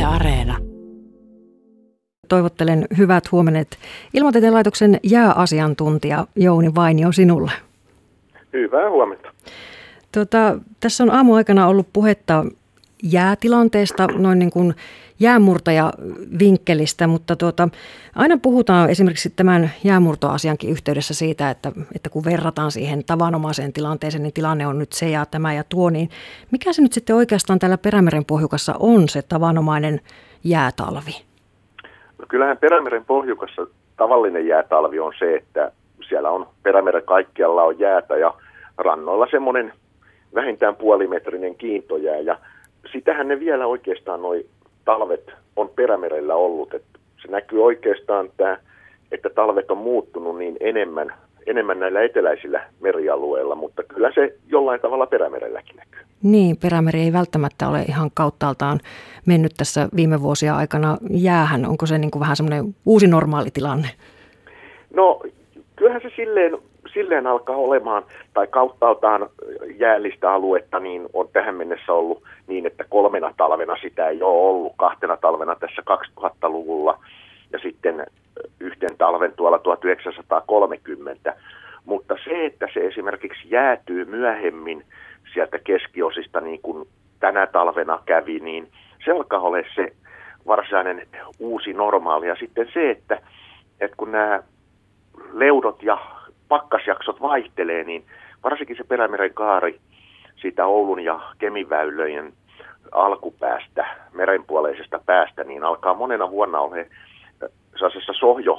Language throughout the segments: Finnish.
Areena. Toivottelen hyvät huomenet Ilmatieteen laitoksen jääasiantuntija Jouni Vainio sinulle. Hyvää huomenta. Tässä on aamuaikana ollut puhetta jäätilanteesta, noin niin kuin jäämurtajavinkkelistä, mutta aina puhutaan esimerkiksi tämän jäämurtoasiankin yhteydessä siitä, että kun verrataan siihen tavanomaiseen tilanteeseen, niin tilanne on nyt se ja tämä ja tuo, niin mikä se nyt sitten oikeastaan täällä Perämeren pohjukassa on se tavanomainen jäätalvi? No kyllähän Perämeren pohjukassa tavallinen jäätalvi on se, että siellä on Perämeren kaikkialla on jäätä ja rannoilla semmoinen vähintään puolimetrinen kiintojää ja sitähän ne vielä oikeastaan noi talvet on Perämerellä ollut. Että se näkyy oikeastaan että talvet on muuttunut niin enemmän näillä eteläisillä merialueilla, mutta kyllä se jollain tavalla Perämerelläkin näkyy. Niin, Perämeri ei välttämättä ole ihan kauttaaltaan mennyt tässä viime vuosia aikana jäähän. Onko se niin kuin vähän semmoinen uusi normaali tilanne? No kyllähän se silleen alkaa olemaan, tai kauttaaltaan jäällistä aluetta, niin on tähän mennessä ollut niin, että 3 talvena sitä ei ole ollut, 2 talvena tässä 2000-luvulla ja sitten 1 talven tuolla 1930. Mutta se, että se esimerkiksi jäätyy myöhemmin sieltä keskiosista niin kuin tänä talvena kävi, niin se alkaa olla se varsinainen uusi normaali. Ja sitten se, että kun nämä leudot ja pakkasjaksot vaihtelee, niin varsinkin se Perämeren kaari siitä Oulun ja Kemiväylöjen alkupäästä, merenpuoleisesta päästä, niin alkaa monena vuonna olla sellaisessa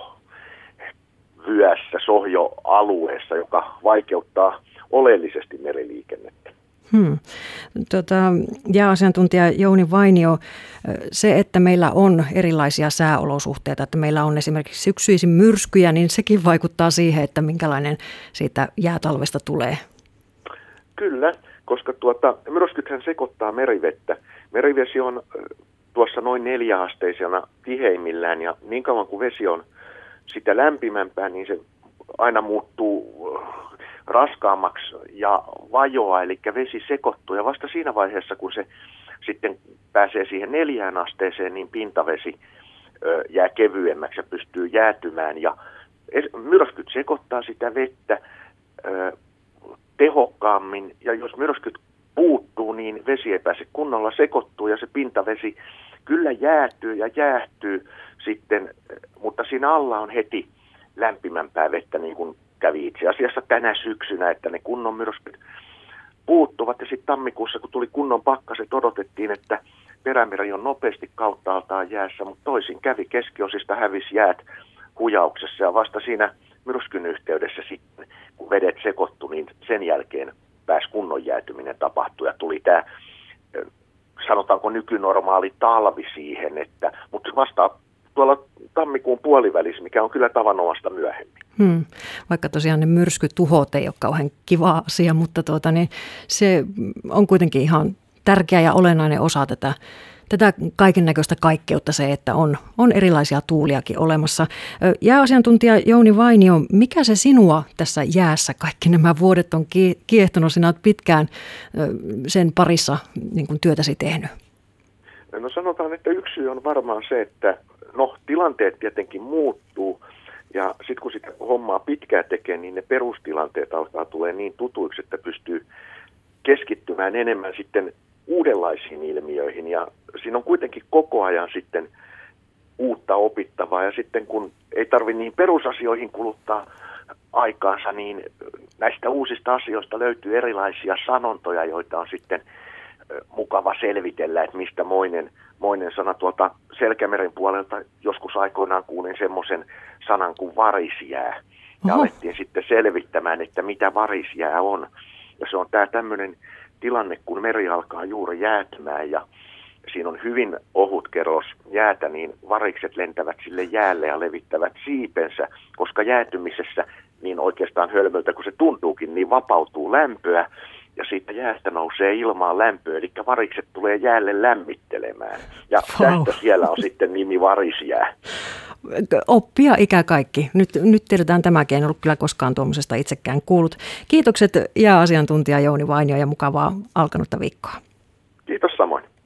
sohjoalueessa, joka vaikeuttaa oleellisesti meriliikennettä. Jääasiantuntija Jouni Vainio, se, että meillä on erilaisia sääolosuhteita, että meillä on esimerkiksi syksyisin myrskyjä, niin sekin vaikuttaa siihen, että minkälainen siitä jäätalvesta tulee. Kyllä, koska myrskythän sekoittaa merivettä. Merivesi on tuossa noin 4-asteisena tiheimmillään ja niin kauan kuin vesi on sitä lämpimämpää, niin se aina muuttuu raskaammaksi ja vajoaa, eli vesi sekoittuu. Ja vasta siinä vaiheessa, kun se sitten pääsee siihen 4 asteeseen, niin pintavesi jää kevyemmäksi ja pystyy jäätymään. Ja myrskyt sekoittaa sitä vettä tehokkaammin, ja jos myrskyt puuttuu, niin vesi ei pääse kunnolla sekoittuu, ja se pintavesi kyllä jäätyy ja jäähtyy sitten, mutta siinä alla on heti lämpimämpää vettä, niin kuin kävi itse asiassa tänä syksynä, että ne kunnon myrskyt puuttuvat. Ja sitten tammikuussa, kun tuli kunnon pakkaset, odotettiin, että Perämeri on nopeasti kauttaaltaan jäässä, mutta toisin kävi. Keskiosista hävisi jäät hujauksessa ja vasta siinä myrskyn yhteydessä sitten, kun vedet sekoittu, niin sen jälkeen pääsi kunnon jäätyminen tapahtui ja tuli tämä, sanotaanko nykynormaali talvi siihen, mutta vasta tuolla tammikuun puolivälissä, mikä on kyllä tavanomasta myöhemmin. Vaikka tosiaan ne myrskytuhot ei ole kauhean kiva asia, mutta niin se on kuitenkin ihan tärkeä ja olennainen osa tätä kaiken näköistä kaikkeutta se, että on erilaisia tuuliakin olemassa. Jääasiantuntija Jouni Vainio, mikä se sinua tässä jäässä kaikki nämä vuodet on kiehtonut? Sinä olet pitkään sen parissa niin kuin työtäsi tehnyt. No sanotaan, että yksi syy on varmaan se, että tilanteet tietenkin muuttuu ja sitten kun sitä hommaa pitkään tekee, niin ne perustilanteet alkaa tulee niin tutuiksi, että pystyy keskittymään enemmän sitten uudenlaisiin ilmiöihin ja siinä on kuitenkin koko ajan sitten uutta opittavaa ja sitten kun ei tarvitse niin perusasioihin kuluttaa aikaansa, niin näistä uusista asioista löytyy erilaisia sanontoja, joita on sitten mukava selvitellä, että mistä moinen sana tuolta Selkämeren puolelta joskus aikoinaan kuulin semmoisen sanan kuin varisjää. Ja alettiin sitten selvittämään, että mitä varisjää on. Ja se on tämä tämmöinen tilanne, kun meri alkaa juuri jäätymään ja siinä on hyvin ohut kerros jäätä, niin varikset lentävät sille jäälle ja levittävät siipensä, koska jäätymisessä niin oikeastaan hölmöltä kun se tuntuukin, niin vapautuu lämpöä. Ja siitä jäästä nousee ilmaan lämpöä, eli varikset tulee jäälle lämmittelemään. Ja tästä siellä on sitten nimi varisjää. Oppia ikä kaikki. Nyt tiedetään tämäkin, en ollut kyllä koskaan tuommoisesta itsekään kuullut. Kiitokset jääasiantuntija Jouni Vainio ja mukavaa alkanutta viikkoa. Kiitos samoin.